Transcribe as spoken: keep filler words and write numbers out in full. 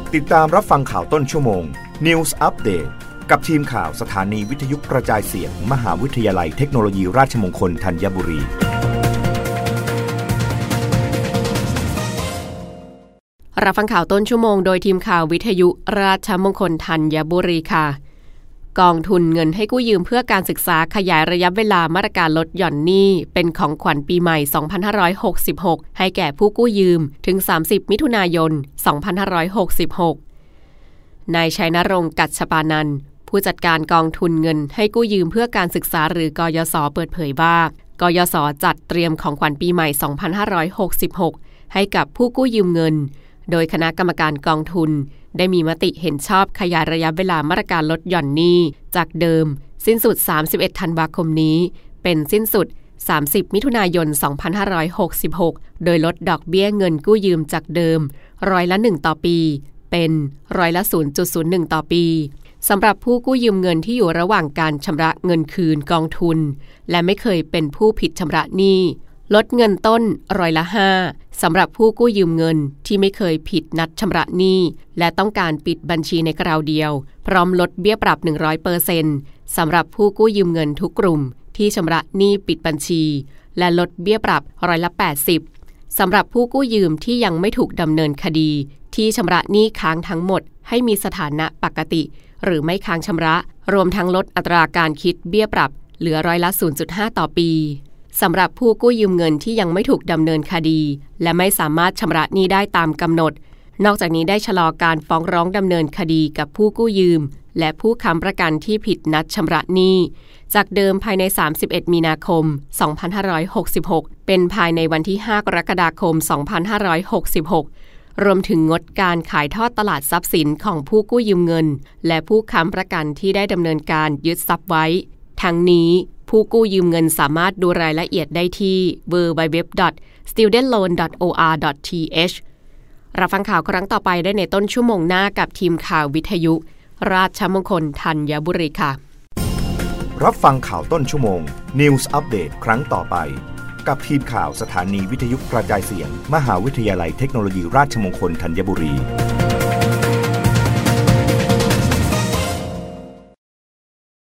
ติดตามรับฟังข่าวต้นชั่วโมง News Update กับทีมข่าวสถานีวิทยุกระจายเสียง มหาวิทยาลัยเทคโนโลยีราชมงคลธัญบุรีรับฟังข่าวต้นชั่วโมงโดยทีมข่าววิทยุราชมงคลธัญบุรีค่ะกองทุนเงินให้กู้ยืมเพื่อการศึกษาขยายระยะเวลามาตรการลดหย่อนหนี้เป็นของขวัญปีใหม่สองพันห้าร้อยหกสิบหกให้แก่ผู้กู้ยืมถึงสามสิบมิถุนายนสองพันห้าร้อยหกสิบหกนายชัยนรงค์กัจฉปานันท์ผู้จัดการกองทุนเงินให้กู้ยืมเพื่อการศึกษาหรือกยศเปิดเผยว่ากยศจัดเตรียมของขวัญปีใหม่สองพันห้าร้อยหกสิบหกให้กับผู้กู้ยืมเงินโดยคณะกรรมการกองทุนได้มีมติเห็นชอบขยายระยะเวลามาตรการลดหย่อนหนี้จากเดิมสิ้นสุดสามสิบเอ็ดธันวาคมนี้เป็นสิ้นสุดสามสิบมิถุนายนสองพันห้าร้อยหกสิบหกโดยลดดอกเบี้ยเงินกู้ยืมจากเดิมร้อยละหนึ่งต่อปีเป็นร้อยละ ศูนย์จุดศูนย์หนึ่ง ต่อปีสำหรับผู้กู้ยืมเงินที่อยู่ระหว่างการชำระเงินคืนกองทุนและไม่เคยเป็นผู้ผิดชำระหนี้ลดเงินต้นร้อยละห้าสำหรับผู้กู้ยืมเงินที่ไม่เคยผิดนัดชำระหนี้และต้องการปิดบัญชีในคราวเดียวพร้อมลดเบี้ยปรับ หนึ่งร้อยเปอร์เซ็นต์ สำหรับผู้กู้ยืมเงินทุกกลุ่มที่ชำระหนี้ปิดบัญชีและลดเบี้ยปรับร้อยละแปดสิบสำหรับผู้กู้ยืมที่ยังไม่ถูกดำเนินคดีที่ชำระหนี้ค้างทั้งหมดให้มีสถานะปกติหรือไม่ค้างชำระรวมทั้งลดอัตราการคิดเบี้ยปรับเหลือร้อยละ ศูนย์จุดห้า ต่อปีสำหรับผู้กู้ยืมเงินที่ยังไม่ถูกดำเนินคดีและไม่สามารถชำระหนี้ได้ตามกำหนดนอกจากนี้ได้ชะลอการฟ้องร้องดำเนินคดีกับผู้กู้ยืมและผู้ค้ำประกันที่ผิดนัดชำระหนี้จากเดิมภายในสามสิบเอ็ดมีนาคมสองพันห้าร้อยหกสิบหกเป็นภายในวันที่ห้ากรกฎาคมสองพันห้าร้อยหกสิบหกรวมถึงงดการขายทอดตลาดทรัพย์สินของผู้กู้ยืมเงินและผู้ค้ำประกันที่ได้ดำเนินการยึดทรัพย์ไว้ทั้งนี้ผู้กู้ยืมเงินสามารถดูรายละเอียดได้ที่ ดับเบิลยู ดับเบิลยู ดับเบิลยู ดอท สตูเดนต์โลน ดอท โอ อาร์ ดอท ที เอช รับฟังข่าวครั้งต่อไปได้ในต้นชั่วโมงหน้ากับทีมข่าววิทยุราชมงคลธัญบุรีค่ะรับฟังข่าวต้นชั่วโมง News Update ครั้งต่อไปกับทีมข่าวสถานีวิทยุกระจายเสียง มหาวิทยาลัยเทคโนโลยีราชมงคลธัญบุรี